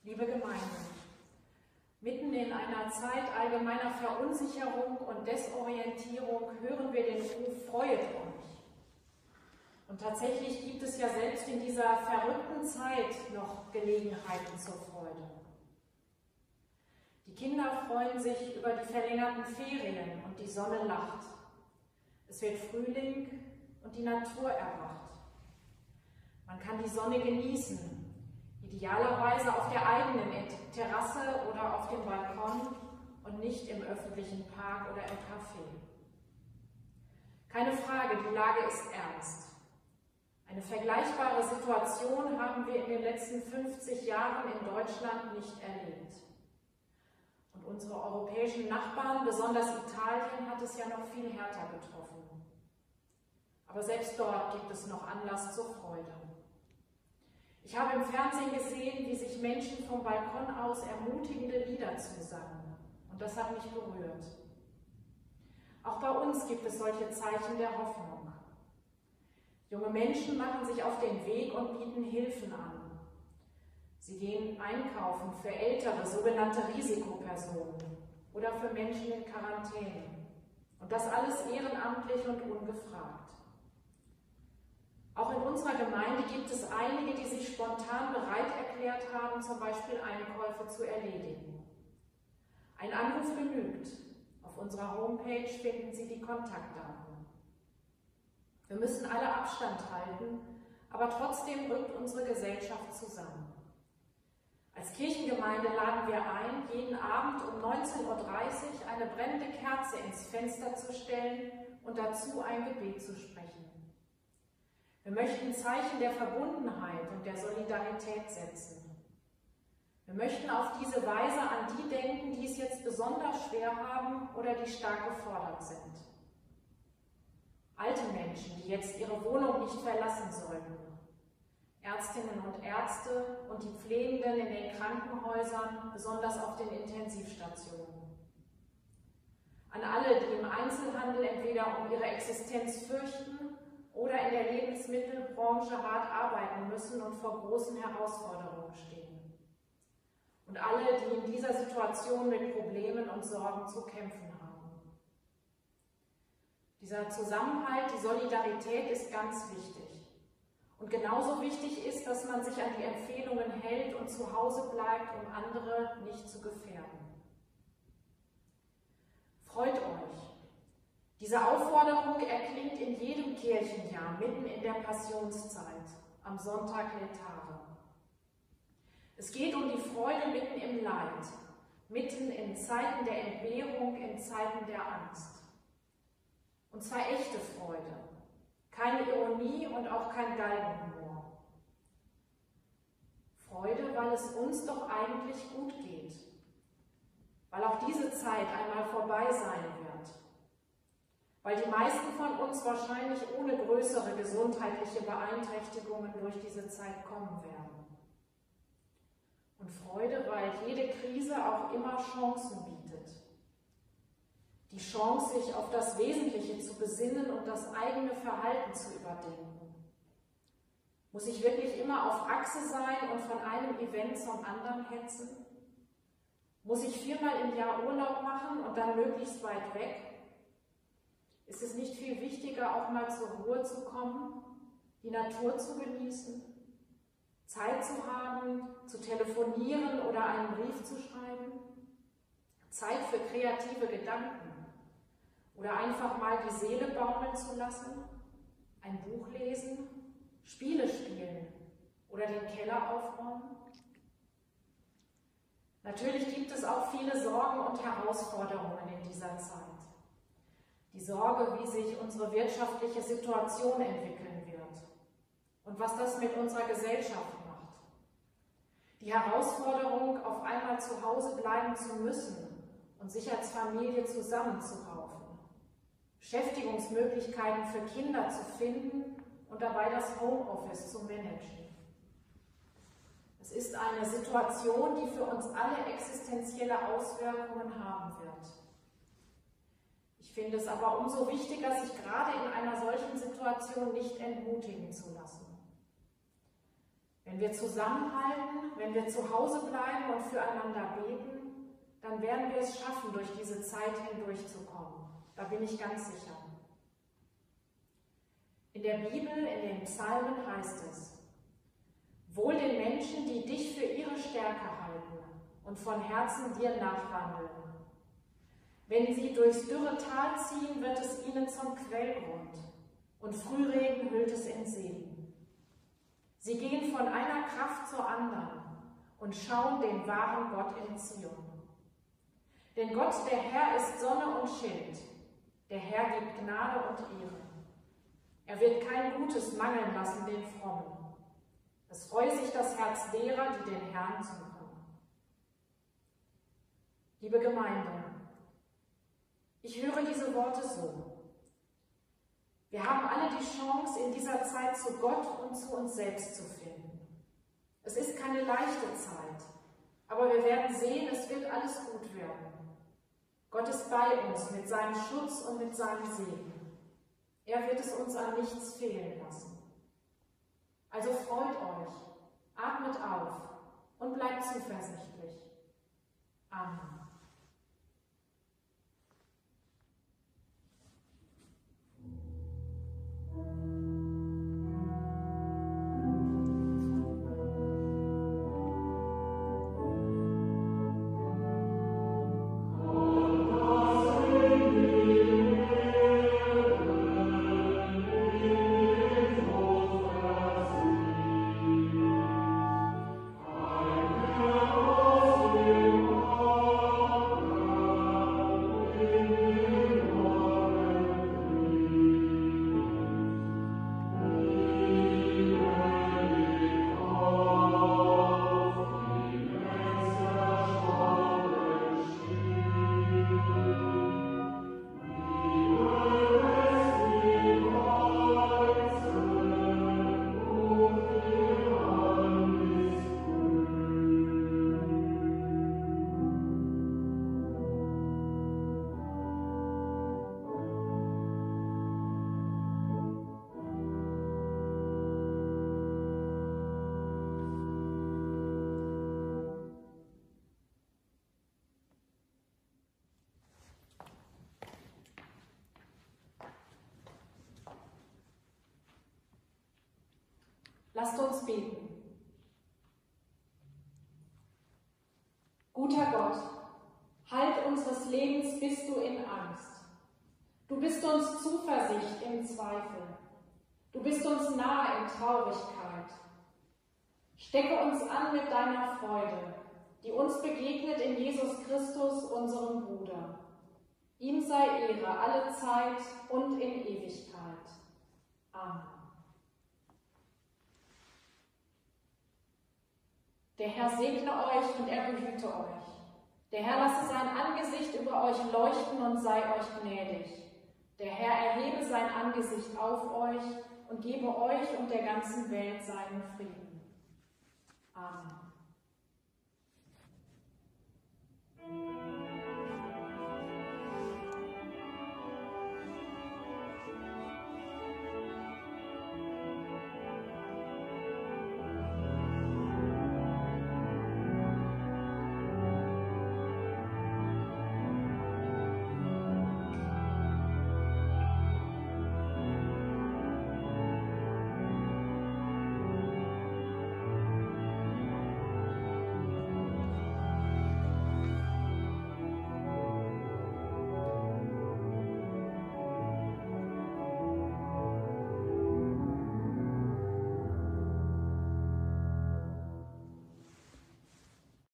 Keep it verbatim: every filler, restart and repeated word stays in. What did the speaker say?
Liebe Gemeinde, mitten in einer Zeit allgemeiner Verunsicherung und Desorientierung hören wir den Ruf: Freuet euch. Und tatsächlich gibt es ja selbst in dieser verrückten Zeit noch Gelegenheiten zur Freude. Die Kinder freuen sich über die verlängerten Ferien und die Sonne lacht. Es wird Frühling und die Natur erwacht. Man kann die Sonne genießen, idealerweise auf der eigenen Terrasse oder auf dem Balkon und nicht im öffentlichen Park oder im Café. Keine Frage, die Lage ist ernst. Eine vergleichbare Situation haben wir in den letzten fünfzig Jahren in Deutschland nicht erlebt. Und unsere europäischen Nachbarn, besonders Italien, hat es ja noch viel härter getroffen. Aber selbst dort gibt es noch Anlass zur Freude. Ich habe im Fernsehen gesehen, wie sich Menschen vom Balkon aus ermutigende Lieder zusangen. Und das hat mich berührt. Auch bei uns gibt es solche Zeichen der Hoffnung. Junge Menschen machen sich auf den Weg und bieten Hilfen an. Sie gehen einkaufen für ältere, sogenannte Risikopersonen oder für Menschen in Quarantäne. Und das alles ehrenamtlich und ungefragt. Auch in unserer Gemeinde gibt es einige, die sich spontan bereit erklärt haben, zum Beispiel Einkäufe zu erledigen. Ein Anruf genügt. Auf unserer Homepage finden Sie die Kontaktdaten. Wir müssen alle Abstand halten, aber trotzdem rückt unsere Gesellschaft zusammen. Als Kirchengemeinde laden wir ein, jeden Abend um neunzehn Uhr dreißig eine brennende Kerze ins Fenster zu stellen und dazu ein Gebet zu sprechen. Wir möchten Zeichen der Verbundenheit und der Solidarität setzen. Wir möchten auf diese Weise an die denken, die es jetzt besonders schwer haben oder die stark gefordert sind. Alte Menschen, die jetzt ihre Wohnung nicht verlassen sollten. Ärztinnen und Ärzte und die Pflegenden in den Krankenhäusern, besonders auf den Intensivstationen. An alle, die im Einzelhandel entweder um ihre Existenz fürchten oder in der Lebensmittelbranche hart arbeiten müssen und vor großen Herausforderungen stehen. Und alle, die in dieser Situation mit Problemen und Sorgen zu kämpfen haben. Dieser Zusammenhalt, die Solidarität ist ganz wichtig. Und genauso wichtig ist, dass man sich an die Empfehlungen hält und zu Hause bleibt, um andere nicht zu gefährden. Freut euch! Diese Aufforderung erklingt in jedem Kirchenjahr, mitten in der Passionszeit, am Sonntag Letare. Es geht um die Freude mitten im Leid, mitten in Zeiten der Entbehrung, in Zeiten der Angst. Und zwar echte Freude, keine Ironie und auch kein Galgenhumor. Freude, weil es uns doch eigentlich gut geht, weil auch diese Zeit einmal vorbei sein wird. Weil die meisten von uns wahrscheinlich ohne größere gesundheitliche Beeinträchtigungen durch diese Zeit kommen werden. Und Freude, weil jede Krise auch immer Chancen bietet. Die Chance, sich auf das Wesentliche zu besinnen und das eigene Verhalten zu überdenken. Muss ich wirklich immer auf Achse sein und von einem Event zum anderen hetzen? Muss ich viermal im Jahr Urlaub machen und dann möglichst weit weg? Ist es nicht viel wichtiger, auch mal zur Ruhe zu kommen, die Natur zu genießen, Zeit zu haben, zu telefonieren oder einen Brief zu schreiben, Zeit für kreative Gedanken oder einfach mal die Seele baumeln zu lassen, ein Buch lesen, Spiele spielen oder den Keller aufräumen? Natürlich gibt es auch viele Sorgen und Herausforderungen in dieser Zeit. Die Sorge, wie sich unsere wirtschaftliche Situation entwickeln wird und was das mit unserer Gesellschaft macht. Die Herausforderung, auf einmal zu Hause bleiben zu müssen und sich als Familie zusammenzuraufen. Beschäftigungsmöglichkeiten für Kinder zu finden und dabei das Homeoffice zu managen. Es ist eine Situation, die für uns alle existenzielle Auswirkungen haben wird. Ich finde es aber umso wichtiger, sich gerade in einer solchen Situation nicht entmutigen zu lassen. Wenn wir zusammenhalten, wenn wir zu Hause bleiben und füreinander beten, dann werden wir es schaffen, durch diese Zeit hindurchzukommen. Da bin ich ganz sicher. In der Bibel, in den Psalmen heißt es: Wohl den Menschen, die dich für ihre Stärke halten und von Herzen dir nachwandeln. Wenn sie durchs dürre Tal ziehen, wird es ihnen zum Quellgrund, und Frühregen hüllt es in Segen. Sie gehen von einer Kraft zur anderen und schauen den wahren Gott in Zion. Denn Gott, der Herr, ist Sonne und Schild. Der Herr gibt Gnade und Ehre. Er wird kein Gutes mangeln lassen den Frommen. Es freue sich das Herz derer, die den Herrn suchen. Liebe Gemeinde, ich höre diese Worte so. Wir haben alle die Chance, in dieser Zeit zu Gott und zu uns selbst zu finden. Es ist keine leichte Zeit, aber wir werden sehen, es wird alles gut werden. Gott ist bei uns mit seinem Schutz und mit seinem Segen. Er wird es uns an nichts fehlen lassen. Also freut euch, atmet auf und bleibt zuversichtlich. Amen. Lasst uns beten. Guter Gott, Halt unseres Lebens bist du in Angst. Du bist uns Zuversicht im Zweifel. Du bist uns nahe in Traurigkeit. Stecke uns an mit deiner Freude, die uns begegnet in Jesus Christus, unserem Bruder. Ihm sei Ehre alle Zeit und in Ewigkeit. Amen. Der Herr segne euch und er behüte euch. Der Herr lasse sein Angesicht über euch leuchten und sei euch gnädig. Der Herr erhebe sein Angesicht auf euch und gebe euch und der ganzen Welt seinen Frieden. Amen.